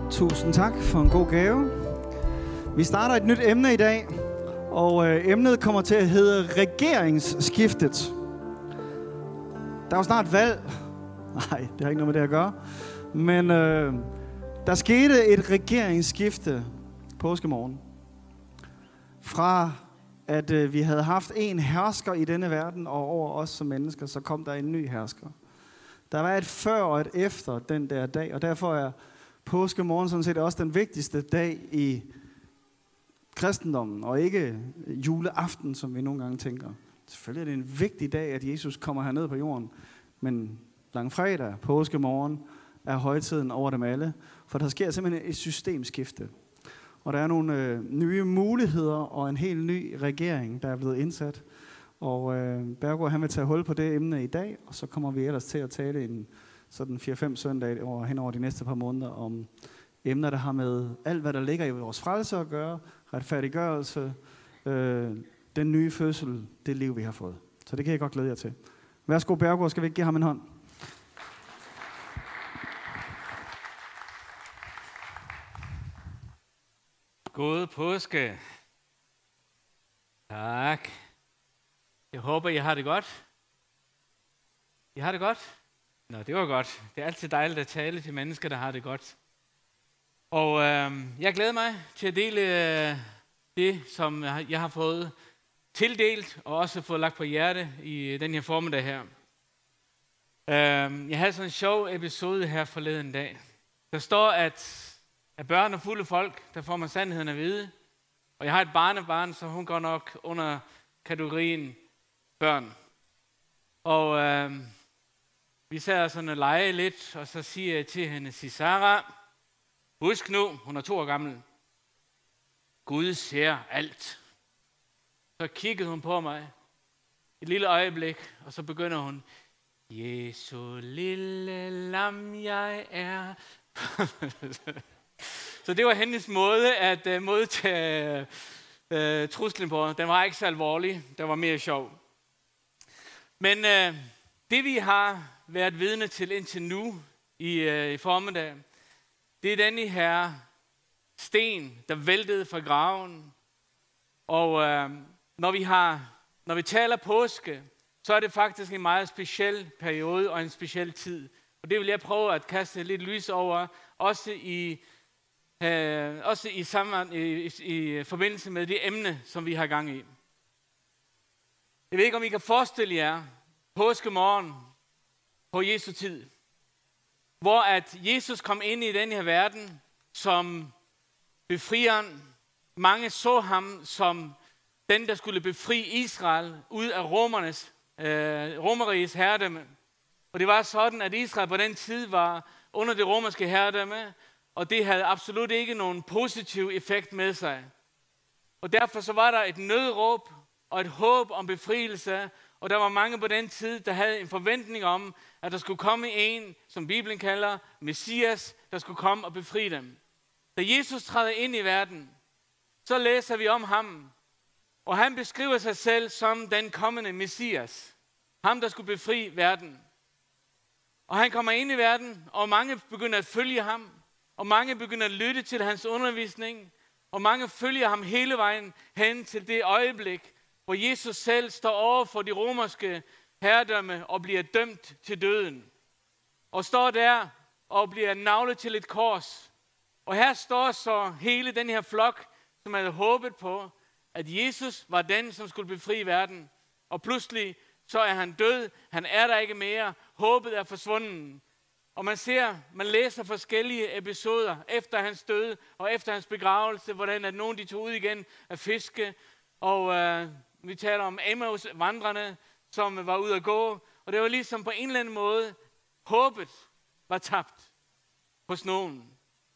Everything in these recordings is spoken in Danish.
Tusind tak for en god gave. Vi starter et nyt emne i dag, og emnet kommer til at hedde regeringsskiftet. Der er jo snart valg. Nej, det har ikke noget med det at gøre. Men der skete et regeringsskifte påskemorgen. Fra at vi havde haft en hersker i denne verden, og over os som mennesker, så kom der en ny hersker. Der var et før og et efter den der dag, og derfor er påskemorgen sådan set også den vigtigste dag i kristendommen, og ikke juleaften, som vi nogle gange tænker. Selvfølgelig er det en vigtig dag, at Jesus kommer herned på jorden, men langfredag, påskemorgen, er højtiden over dem alle, for der sker simpelthen et systemskifte. Og der er nogle nye muligheder og en helt ny regering, der er blevet indsat. Og Berggaard, han vil tage hul på det emne i dag, og så kommer vi ellers til at tale en sådan 4-5 søndage hen over de næste par måneder om emner, der har med alt, hvad der ligger i vores frelse at gøre, retfærdiggørelse, den nye fødsel, det liv, vi har fået. Så det kan jeg godt glæde jer til. Værsgo, Berggaard, skal vi ikke give ham en hånd? God påske. Tak. Jeg håber, I har det godt. I har det godt? Nå, det var godt. Det er altid dejligt at tale til mennesker, der har det godt. Og jeg glæder mig til at dele det, som jeg har fået tildelt, og også fået lagt på hjerte i den her formiddag her. Jeg havde sådan en sjov episode her forleden dag. Der står, at af børn og fulde folk, der får man sandheden at vide. Og jeg har et barnebarn, så hun går nok under kategorien børn. Og vi sad sådan og lege lidt, og så siger jeg til hende, Sara, husk nu, hun er 2 år gammel. Gud ser alt. Så kiggede hun på mig et lille øjeblik, og så begynder hun, Jesu lille lam jeg er. Så det var hendes måde at modtage truslen på. Den var ikke så alvorlig, den var mere sjov. Men det vi har været vidne til indtil nu i formiddag, det er denne her sten, der væltede fra graven. Og når vi taler påske, så er det faktisk en meget speciel periode og en speciel tid. Og det vil jeg prøve at kaste lidt lys over, også i forbindelse med det emne, som vi har gang i. Jeg ved ikke, om I kan forestille jer påskemorgen på Jesu tid, hvor at Jesus kom ind i den her verden som befrieren. Mange så ham som den, der skulle befri Israel ud af romerrigets herredømme. Og det var sådan, at Israel på den tid var under det romerske herredømme, og det havde absolut ikke nogen positiv effekt med sig. Og derfor så var der et nødråb og et håb om befrielse, og der var mange på den tid, der havde en forventning om, at der skulle komme en, som Bibelen kalder Messias, der skulle komme og befri dem. Da Jesus træder ind i verden, så læser vi om ham, og han beskriver sig selv som den kommende Messias. Ham, der skulle befri verden. Og han kommer ind i verden, og mange begynder at følge ham, og mange begynder at lytte til hans undervisning, og mange følger ham hele vejen hen til det øjeblik, hvor Jesus selv står over for de romerske herredømme og bliver dømt til døden. Og står der og bliver naglet til et kors. Og her står så hele den her flok, som havde håbet på, at Jesus var den, som skulle befri verden. Og pludselig så er han død, han er der ikke mere, håbet er forsvundet. Og man læser forskellige episoder efter hans død og efter hans begravelse, hvordan at nogen de tog ud igen at fiske. Og vi taler om Emmaus-vandrene, som var ude at gå. Og det var ligesom på en eller anden måde, håbet var tabt hos nogen.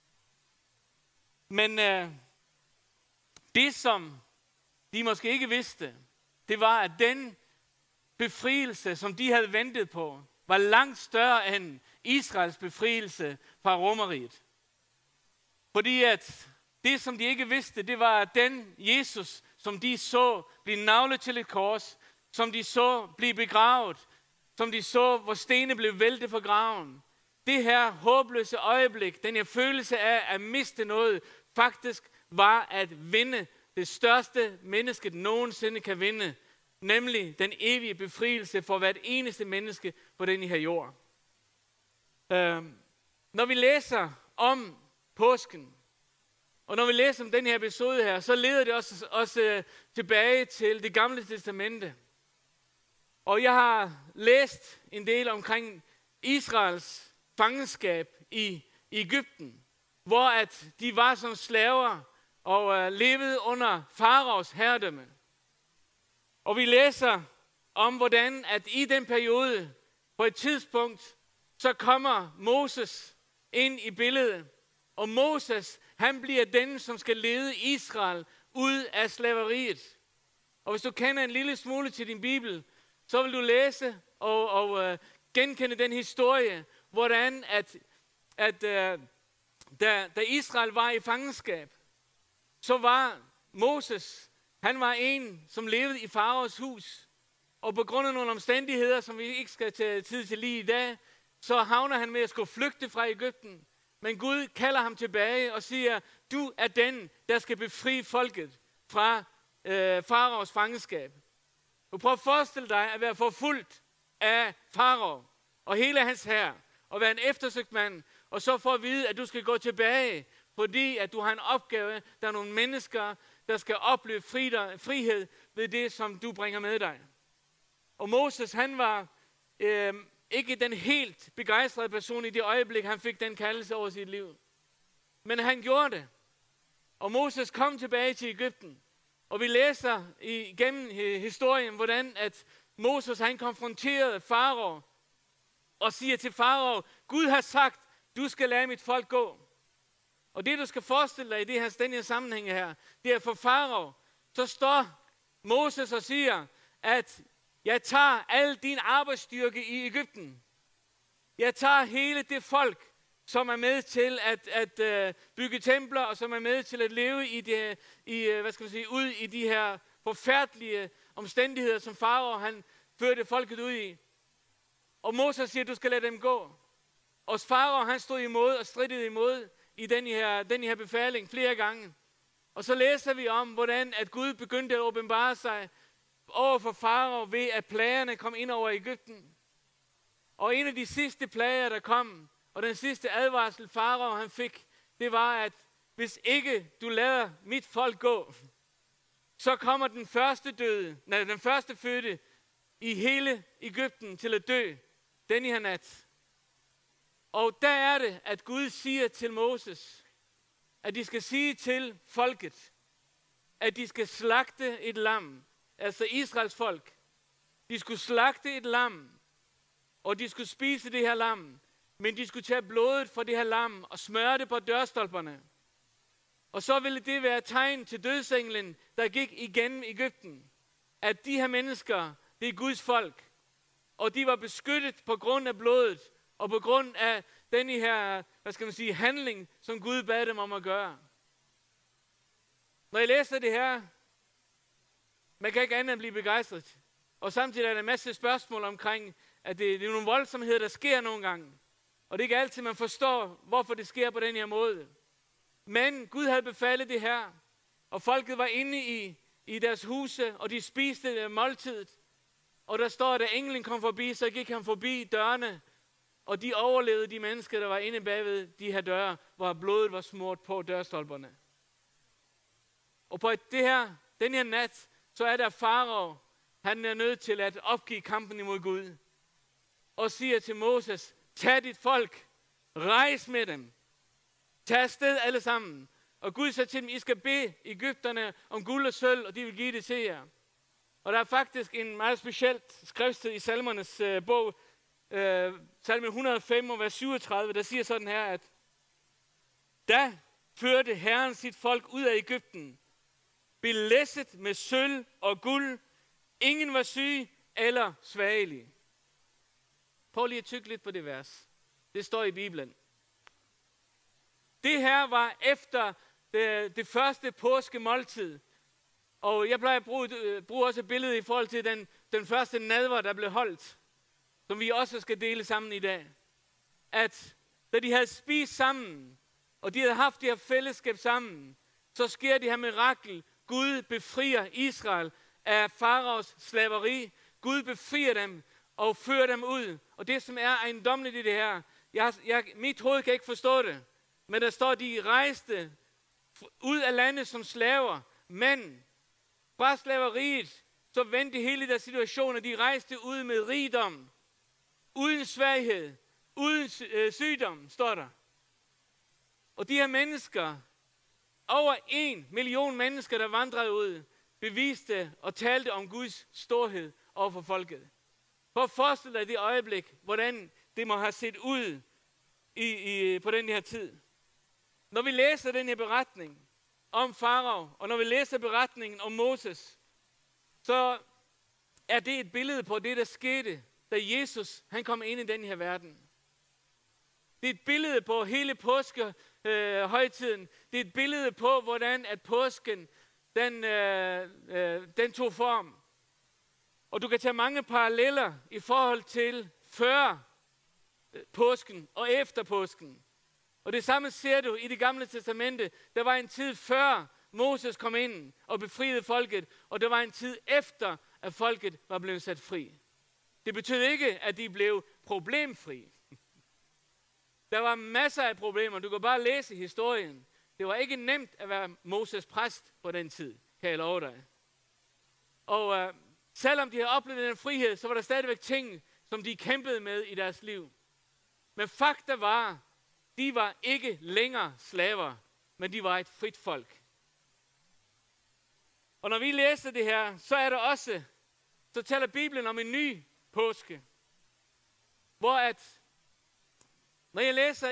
Men det, som de måske ikke vidste, det var, at den befrielse, som de havde ventet på, var langt større end Israels befrielse fra Romerriget. Fordi at det, som de ikke vidste, det var, at den Jesus, som de så blive naglet til et kors, som de så blive begravet, som de så, hvor stene blev væltet fra graven, det her håbløse øjeblik, den her følelse af at miste noget, faktisk var at vinde det største mennesket nogensinde kan vinde, nemlig den evige befrielse for hvert eneste menneske på den her jord. Når vi læser om påsken, og når vi læser om den her episode her, så leder det også tilbage til det gamle testamente. Og jeg har læst en del omkring Israels fangenskab i Egypten, hvor at de var som slaver og levede under faraos herredømme. Og vi læser om, hvordan at i den periode, på et tidspunkt, så kommer Moses ind i billedet. Og Moses, han bliver den, som skal lede Israel ud af slaveriet. Og hvis du kender en lille smule til din bibel, så vil du læse og genkende den historie, hvordan da Israel var i fangenskab, så var Moses, han var en, som levede i faraos hus. Og på grund af nogle omstændigheder, som vi ikke skal tage tid til lige i dag, så havner han med at skulle flygte fra Egypten. Men Gud kalder ham tilbage og siger, du er den, der skal befri folket fra faraos fangenskab. Du prøver at forestille dig at være forfulgt af farao og hele hans hær, og være en eftersøgt mand, og så få at vide, at du skal gå tilbage, fordi at du har en opgave, der er nogle mennesker, der skal opleve frihed ved det, som du bringer med dig. Og Moses, han var ikke den helt begejstrede person i det øjeblik, han fik den kaldelse over sit liv. Men han gjorde det. Og Moses kom tilbage til Egypten. Og vi læser igennem historien, hvordan at Moses, han konfronterede farao og siger til farao, Gud har sagt, du skal lade mit folk gå. Og det, du skal forestille dig i den her sammenhæng her, det er for farao, så står Moses og siger, at jeg tager al din arbejdsstyrke i Egypten. Jeg tager hele det folk, som er med til at bygge templer, og som er med til at leve ud i de her forfærdelige omstændigheder, som farao han førte folket ud i. Og Moses siger, du skal lade dem gå. Og farao han stod imod og strittede imod i den her befaling flere gange. Og så læser vi om, hvordan at Gud begyndte at åbenbare sig over for farao ved, at plagerne kom ind over Egypten. Og en af de sidste plager, der kom, og den sidste advarsel farao han fik, det var, at hvis ikke du lader mit folk gå, så kommer den første fødte i hele Egypten til at dø den her nat. Og der er det, at Gud siger til Moses, at de skal sige til folket, at de skal slagte et lam, altså Israels folk. De skulle slagte et lam, og de skulle spise det her lam, men de skulle tage blodet fra det her lam og smøre det på dørstolperne. Og så ville det være tegn til dødsenglen, der gik igennem Egypten, at de her mennesker, det er Guds folk, og de var beskyttet på grund af blodet, og på grund af den her, handling, som Gud bad dem om at gøre. Når jeg læser det her, man kan ikke andet end blive begejstret. Og samtidig er der en masse spørgsmål omkring, at det er nogle voldsomheder, der sker nogle gange. Og det er ikke altid, man forstår, hvorfor det sker på den her måde. Men Gud havde befalet det her, og folket var inde i deres huse, og de spiste måltidet. Og der står, at da englen kom forbi, så gik han forbi dørene, og de overlevede de mennesker, der var inde bagved de her døre, hvor blodet var smurt på dørstolperne. Og på den her nat, så er der farao, han er nødt til at opgive kampen imod Gud. Og siger til Moses, tag dit folk, rejs med dem, tag afsted alle sammen. Og Gud sagde til dem, I skal bede Egypterne om guld og sølv, og de vil give det til jer. Og der er faktisk en meget specielt skriftsted i Salmernes bog, salme 105 og vers 37, der siger sådan her, at da førte Herren sit folk ud af Egypten, belæsset med sølv og guld, ingen var syg eller svagelig. Prøv lige at tykke lidt på det vers. Det står i Bibelen. Det her var efter det første påskemåltid. Og jeg plejer at bruge også et billede i forhold til den første nadver, der blev holdt, som vi også skal dele sammen i dag. at da de havde spist sammen, og de havde haft det her fællesskab sammen, så sker det her mirakel. Gud befrier Israel af faraos slaveri. Gud befrier dem og fører dem ud. Og det, som er ejendommeligt i det her, mit hoved kan ikke forstå det, men der står, at de rejste ud af landet som slaver, men fra slaveriet, så vendte hele deres situation, og de rejste ud med rigdom, uden svaghed, uden sygdom, står der. Og de her mennesker, over 1 million mennesker, der vandrede ud, beviste og talte om Guds storhed over for folket. Prøv at forestille dig det øjeblik, hvordan det må have set ud på den her tid. Når vi læser den her beretning om Farao, og når vi læser beretningen om Moses, så er det et billede på det, der skete, da Jesus han kom ind i den her verden. Det er et billede på hele påskehøjtiden. Det er et billede på, hvordan at påsken den tog form. Og du kan tage mange paralleller i forhold til før påsken og efter påsken. Og det samme ser du i Det Gamle Testamente. Der var en tid før Moses kom ind og befriede folket, og der var en tid efter, at folket var blevet sat fri. Det betød ikke, at de blev problemfri. Der var masser af problemer. Du kan bare læse historien. Det var ikke nemt at være Moses præst på den tid, kan jeg love dig. Og selvom de havde oplevet den frihed, så var der stadigvæk ting, som de kæmpede med i deres liv. Men fakta var, de var ikke længere slaver, men de var et frit folk. Og når vi læser det her, så er der også, så taler Bibelen om en ny påske. Hvor at, når jeg læser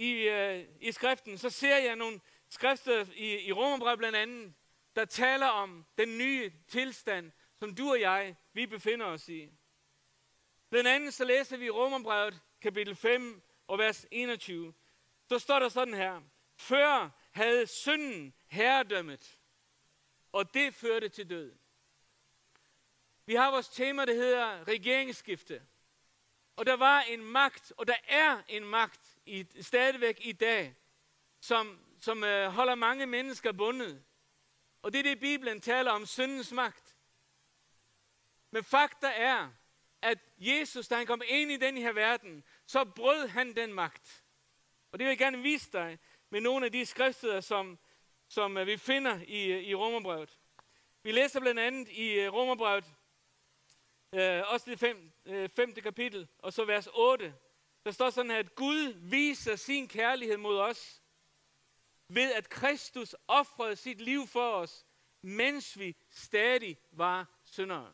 i skriften, så ser jeg nogle skrifter i Romerbrevet blandt andet, der taler om den nye tilstand, som du og jeg, vi befinder os i. Blandt andet så læser vi i Romerbrevet kapitel 5 og vers 21. Så står der sådan her: før havde synden herredømmet, og det førte til død. Vi har vores tema, der hedder regeringsskifte. Og der var en magt, og der er en magt stadigvæk i dag, som holder mange mennesker bundet. Og det er det, Bibelen taler om, syndens magt. Men fakta er, at Jesus, da han kom ind i den her verden, så brød han den magt. Og det vil jeg gerne vise dig med nogle af de skriftsteder, som vi finder i Romerbrevet. Vi læser blandt andet i Romerbrevet, også det 5. kapitel, og så vers 8. Der står sådan her, at Gud viser sin kærlighed mod os, ved at Kristus ofrede sit liv for os, mens vi stadig var syndere.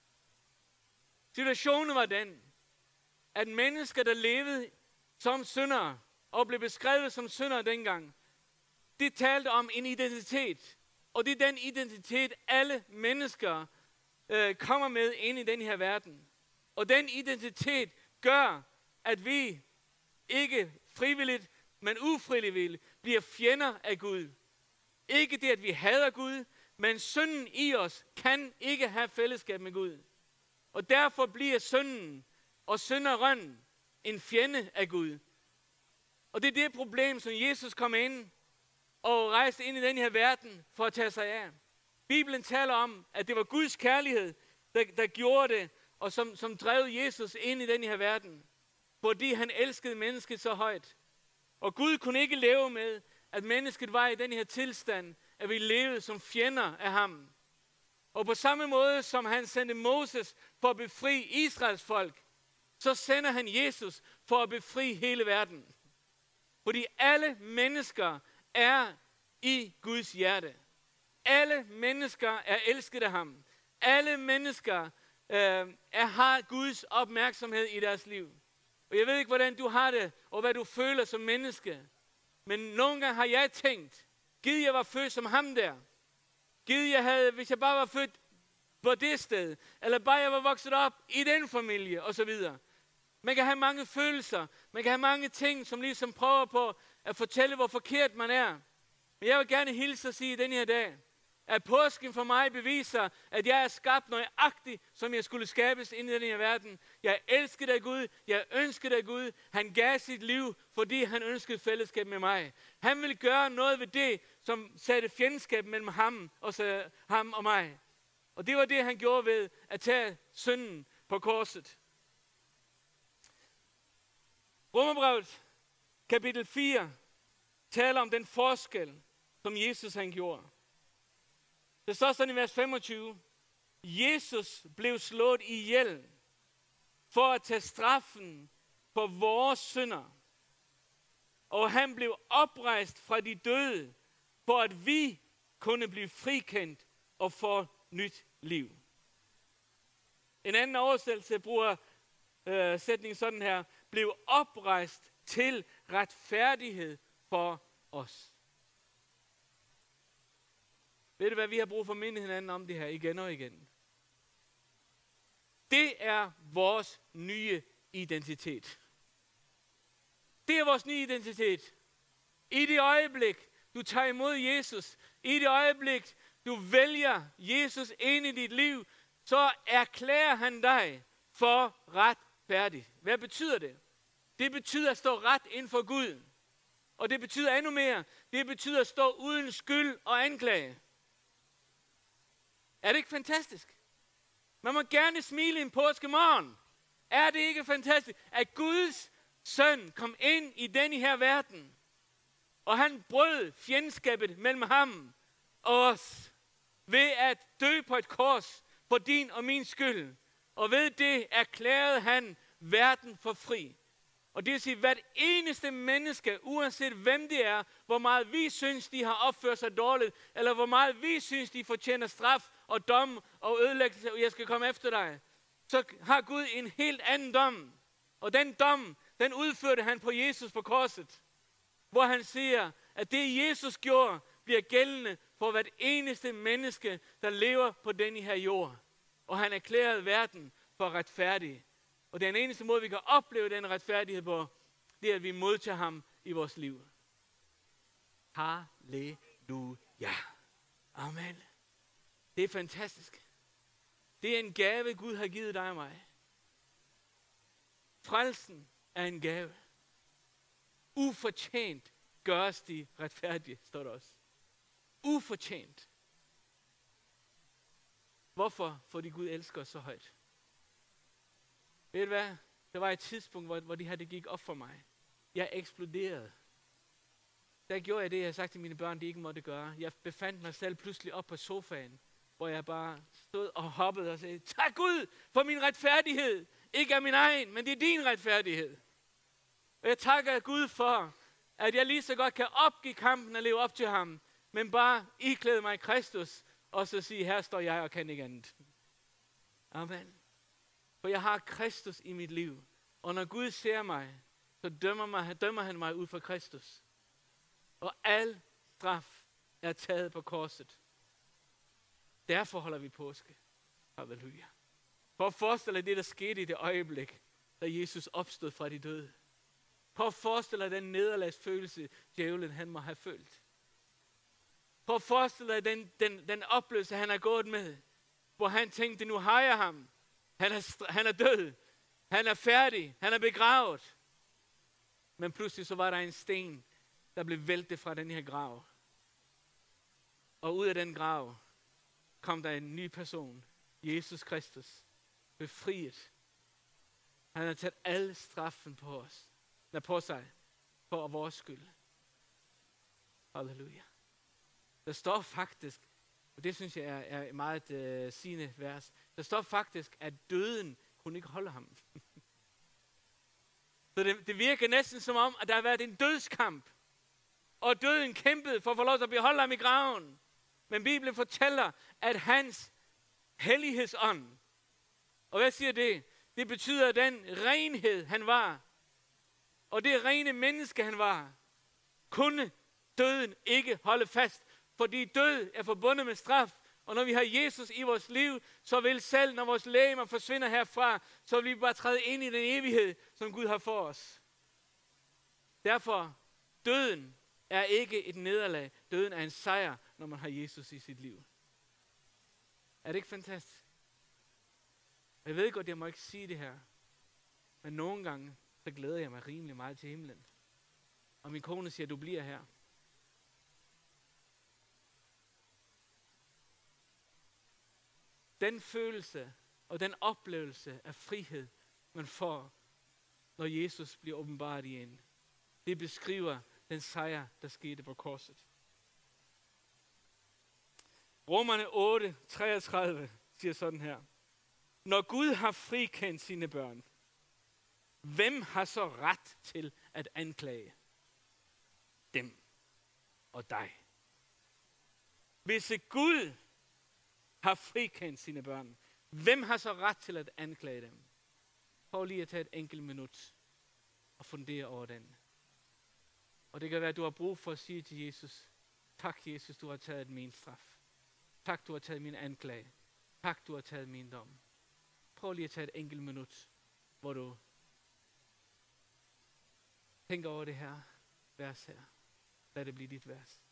Situationen var den, at mennesker, der levede som syndere, og blev beskrevet som syndere dengang, det talte om en identitet. Og det er den identitet, alle mennesker kommer med ind i den her verden. Og den identitet gør, at vi ikke frivilligt, men ufrivilligt bliver fjender af Gud. Ikke det, at vi hader Gud, men synden i os kan ikke have fællesskab med Gud. Og derfor bliver synden og synderen en fjende af Gud. Og det er det problem, som Jesus kom ind og rejste ind i den her verden for at tage sig af. Bibelen taler om, at det var Guds kærlighed, der gjorde det, og som drev Jesus ind i den her verden. Fordi han elskede mennesket så højt. Og Gud kunne ikke leve med, at mennesket var i den her tilstand, at vi levede som fjender af ham. Og på samme måde, som han sendte Moses for at befri Israels folk, så sender han Jesus for at befri hele verden. Fordi alle mennesker er i Guds hjerte. Alle mennesker er elsket af ham. Alle mennesker har Guds opmærksomhed i deres liv. Og jeg ved ikke, hvordan du har det, og hvad du føler som menneske. Men nogle gange har jeg tænkt, gid jeg var født som ham der. Gid jeg havde, hvis jeg bare var født på det sted, eller bare jeg var vokset op i den familie, osv. Man kan have mange følelser, man kan have mange ting, som ligesom prøver på at fortælle, hvor forkert man er. Men jeg vil gerne hilse og sige i den her dag, At påsken for mig beviser, at jeg er skabt nøjagtigt, som jeg skulle skabes ind i den her verden. Jeg elsker dig Gud. Jeg ønsker dig Gud. Han gav sit liv, fordi han ønskede fællesskab med mig. Han ville gøre noget ved det, som satte fjendskab mellem ham og mig. Og det var det, han gjorde ved at tage synden på korset. Romerbrevet, kapitel 4, taler om den forskel, som Jesus han gjorde. Det står sådan i vers 25. Jesus blev slået ihjel for at tage straffen for vores synder. Og han blev oprejst fra de døde, for at vi kunne blive frikendt og få nyt liv. En anden oversættelse bruger sætningen sådan her. Blev oprejst til retfærdighed for os. Ved du hvad, vi har brug for at minde hinanden om det her igen og igen. Det er vores nye identitet. Det er vores nye identitet. I det øjeblik, du tager imod Jesus, i det øjeblik, du vælger Jesus ind i dit liv, så erklærer han dig for retfærdig. Hvad betyder det? Det betyder at stå ret inden for Gud. Og det betyder endnu mere. Det betyder at stå uden skyld og anklage. Er det ikke fantastisk? Man må gerne smile en påskemorgen. Er det ikke fantastisk, at Guds søn kom ind i denne her verden, og han brød fjendskabet mellem ham og os, ved at dø på et kors for din og min skyld. Og ved det erklærede han verden for fri. Og det vil sige, at hvert eneste menneske, uanset hvem det er, hvor meget vi synes, de har opført sig dårligt, eller hvor meget vi synes, de fortjener straf og dom og ødelæggelse, og jeg skal komme efter dig, så har Gud en helt anden dom. Og den dom, den udførte han på Jesus på korset, hvor han siger, at det Jesus gjorde, bliver gældende for hvert eneste menneske, der lever på denne her jord. Og han erklærede verden for retfærdig. Og den eneste måde, vi kan opleve den retfærdighed på, det er, at vi modtager ham i vores liv. Halleluja. Amen. Det er fantastisk. Det er en gave, Gud har givet dig og mig. Frelsen er en gave. Ufortjent gøres de retfærdige, står der også. Ufortjent. Hvorfor? Fordi Gud elsker os så højt. Ved du hvad? Der var et tidspunkt, hvor det her det gik op for mig. Jeg eksploderede. Der gjorde jeg det, jeg havde sagt til mine børn, de ikke måtte gøre. Jeg befandt mig selv pludselig op på sofaen, hvor jeg bare stod og hoppede og sagde, tak Gud for min retfærdighed. Ikke af min egen, men det er din retfærdighed. Og jeg takker Gud for, at jeg lige så godt kan opgive kampen og leve op til ham, men bare iklæde mig i Kristus, og så sige, her står jeg og kan ikke andet. Amen. For jeg har Kristus i mit liv. Og når Gud ser mig, så dømmer han mig ud fra Kristus. Og al straf er taget på korset. Derfor holder vi påske. Halleluja. For at forestille dig det, der skete i det øjeblik, da Jesus opstod fra de døde. For at forestille dig den nederlagsfølelse, djævlen han må have følt. For at forestille dig den oplevelse, han har gået med. Hvor han tænkte, nu har jeg ham. Han er død. Han er færdig. Han er begravet. Men pludselig så var der en sten, der blev væltet fra den her grav. Og ud af den grav kom der en ny person. Jesus Kristus. Befriet. Han har taget alle straffen på sig. For vores skyld. Halleluja. Der står faktisk, og det synes jeg er et meget sigende vers. Der står faktisk, at døden kunne ikke holde ham. Så det virker næsten som om, at der har været en dødskamp. Og døden kæmpede for at få lov til at beholde ham i graven. Men Bibelen fortæller, at hans hellighedsånd, og hvad siger det? Det betyder, at den renhed han var, og det rene menneske han var, kunne døden ikke holde fast. Fordi død er forbundet med straf. Og når vi har Jesus i vores liv, så vil selv, når vores legemer forsvinder herfra, så vil vi bare træde ind i den evighed, som Gud har for os. Derfor, døden er ikke et nederlag. Døden er en sejr, når man har Jesus i sit liv. Er det ikke fantastisk? Jeg ved godt, jeg må ikke sige det her. Men nogle gange, så glæder jeg mig rimelig meget til himlen. Og min kone siger, du bliver her. Den følelse og den oplevelse af frihed, man får, når Jesus bliver åbenbaret i en, det beskriver den sejr, der skete på korset. Romerne 8, 33 siger sådan her. Når Gud har frikendt sine børn, hvem har så ret til at anklage dem og dig? Hvis Gud har frikendt sine børn, hvem har så ret til at anklage dem? Prøv lige at tage et enkelt minut og fundere over den. Og det kan være, at du har brug for at sige til Jesus, tak Jesus, du har taget min straf. Tak, du har taget min anklage. Tak, du har taget min dom. Prøv lige at tage et enkelt minut, hvor du tænker over det her vers her. Lad det blive dit vers.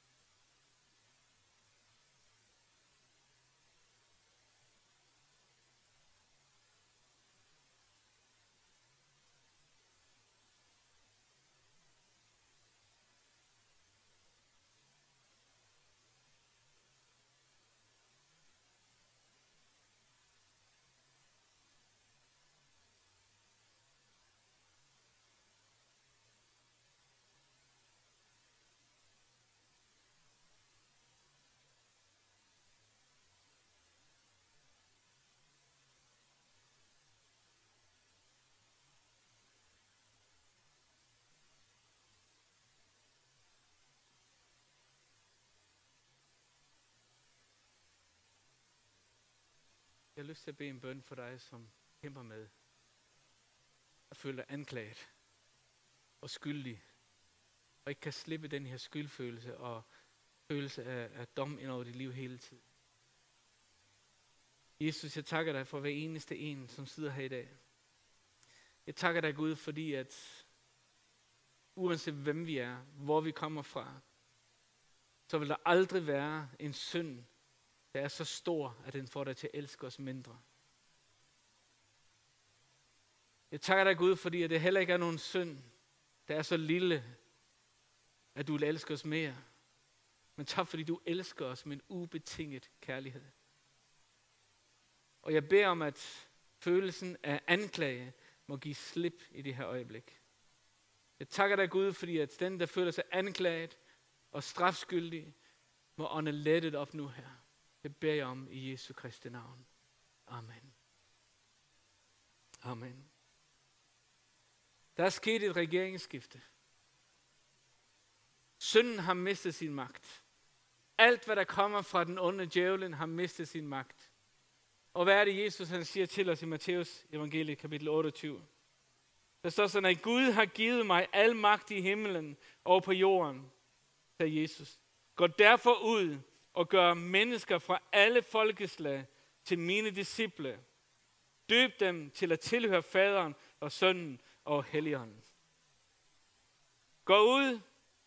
Jeg har lyst til at bede en bøn for dig, som kæmper med at føle dig anklaget og skyldig, og ikke kan slippe den her skyldfølelse og følelse af dom ind over dit liv hele tiden. Jesus, jeg takker dig for hver eneste en, som sidder her i dag. Jeg takker dig, Gud, fordi at uanset hvem vi er, hvor vi kommer fra, så vil der aldrig være en synd, der er så stor, at den får dig til at elske os mindre. Jeg takker dig, Gud, fordi at det heller ikke er nogen synd, der er så lille, at du vil elske os mere. Men tak, fordi du elsker os med en ubetinget kærlighed. Og jeg beder om, at følelsen af anklage må give slip i det her øjeblik. Jeg takker dig, Gud, fordi at den, der føler sig anklaget og strafskyldig, må ånde lettet op nu her. Det beder jeg om i Jesu Kristi navn. Amen. Amen. Der er sket et regeringsskifte. Synden har mistet sin magt. Alt, hvad der kommer fra den onde djævlen, har mistet sin magt. Og hvad er det, Jesus han siger til os i Matthæus evangeliet kapitel 28? Der står sådan, at Gud har givet mig al magt i himlen og på jorden, sagde Jesus. Gå derfor ud og gør mennesker fra alle folkeslag til mine disciple. Døb dem til at tilhøre faderen og sønnen og helligånden. Gå ud.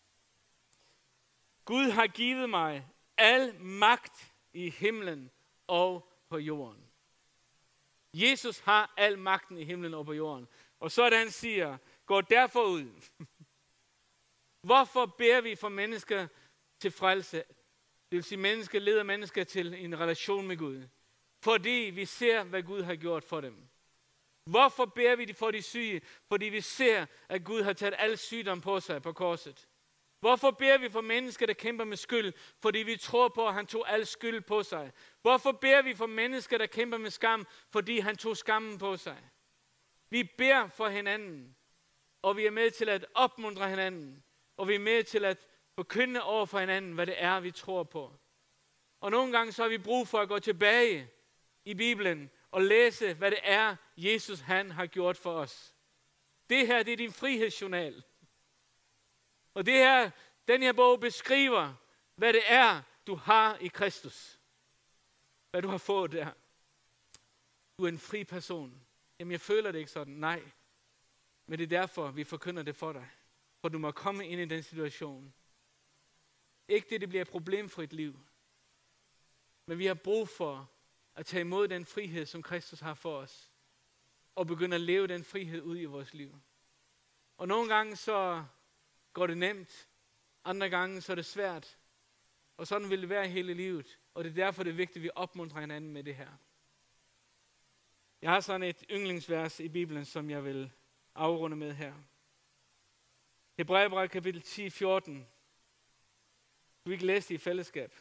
Gud har givet mig al magt i himlen og på jorden. Jesus har al magten i himlen og på jorden. Og så er det, han siger, gå derfor ud. Hvorfor beder vi for mennesker til frelse? Det vil sige, mennesker leder mennesker til en relation med Gud. Fordi vi ser, hvad Gud har gjort for dem. Hvorfor beder vi for de syge? Fordi vi ser, at Gud har taget al sygdom på sig på korset. Hvorfor beder vi for mennesker, der kæmper med skyld? Fordi vi tror på, at han tog al skyld på sig. Hvorfor beder vi for mennesker, der kæmper med skam? Fordi han tog skammen på sig. Vi beder for hinanden, og vi er med til at opmuntre hinanden, og vi er med til at forkynde over for hinanden, hvad det er, vi tror på. Og nogle gange så har vi brug for at gå tilbage i Bibelen og læse, hvad det er, Jesus han har gjort for os. Det her, det er din frihedsjournal. Og det her, den her bog beskriver, hvad det er, du har i Kristus. Hvad du har fået der. Du er en fri person. Jamen, jeg føler det ikke sådan. Nej. Men det er derfor, vi forkynder det for dig. For du må komme ind i den situation. Ikke det bliver et problemfrit liv. Men vi har brug for at tage imod den frihed, som Kristus har for os, og begynde at leve den frihed ud i vores liv. Og nogle gange så går det nemt, andre gange så er det svært, og sådan vil det være hele livet, og det er derfor, det er vigtigt, at vi opmuntrer hinanden med det her. Jeg har sådan et yndlingsvers i Bibelen, som jeg vil afrunde med her. Hebræerbrevet kapitel 10, 14. Du ikke læse det i fællesskab.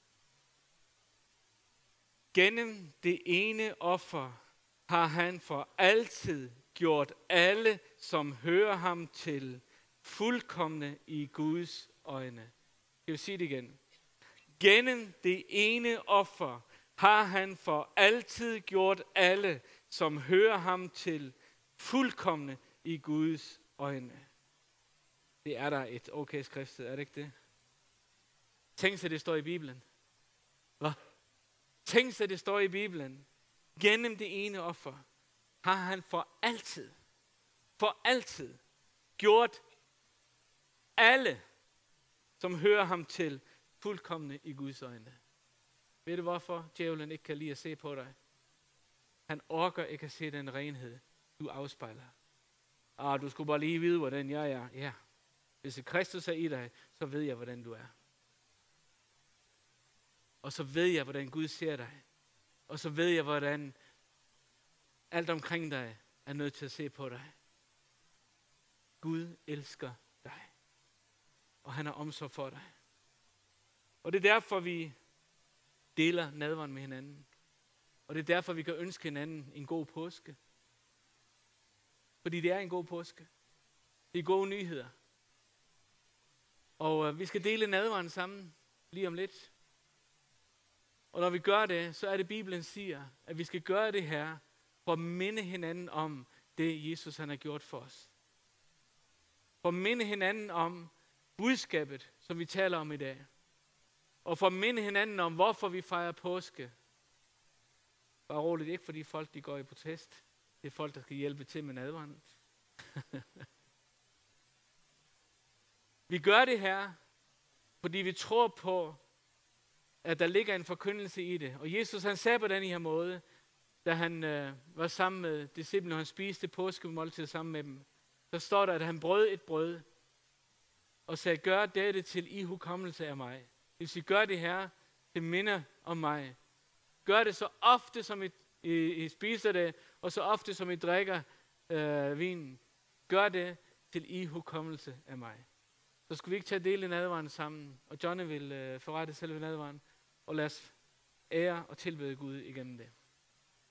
Gennem det ene offer har han for altid gjort alle, som hører ham til, fuldkomne i Guds øjne. Jeg vil sige det igen. Gennem det ene offer har han for altid gjort alle, som hører ham til, fuldkomne i Guds øjne. Det er der et okay skriftsted, er det ikke det? Tænk sig, det står i Bibelen. Hvad? Tænk sig, det står i Bibelen. Gennem det ene offer har han for altid gjort alle, som hører ham til, fuldkomne i Guds øjne. Ved du hvorfor djævlen ikke kan lide at se på dig? Han orker ikke at se den renhed, du afspejler. Du skulle bare lige vide, hvordan jeg er. Ja, hvis Kristus er i dig, så ved jeg, hvordan du er. Og så ved jeg, hvordan Gud ser dig. Og så ved jeg, hvordan alt omkring dig er nødt til at se på dig. Gud elsker dig. Og han har omsorg for dig. Og det er derfor, vi deler nadveren med hinanden. Og det er derfor, vi kan ønske hinanden en god påske. Fordi det er en god påske. Det er gode nyheder. Og vi skal dele nadveren sammen lige om lidt. Og når vi gør det, så er det Bibelen siger, at vi skal gøre det her, for at minde hinanden om det, Jesus han har gjort for os. For at minde hinanden om budskabet, som vi taler om i dag. Og for at minde hinanden om, hvorfor vi fejrer påske. Bare roligt, ikke fordi folk de går i protest. Det er folk, der skal hjælpe til med nadveren. Vi gør det her, fordi vi tror på, at der ligger en forkyndelse i det. Og Jesus han sagde på den her måde, da han var sammen med disciplene, og han spiste påskemåltid sammen med dem. Så står der, at han brød et brød, og sagde, gør dette til ihukommelse af mig. Hvis I gør det her, det minder om mig. Gør det så ofte, som I spiser det, og så ofte, som I drikker vinen. Gør det til ihukommelse af mig. Så skulle vi ikke tage del i nadveren sammen, og Johnny vil forrette selve nadveren, og lad os ære og tilbede Gud igennem det.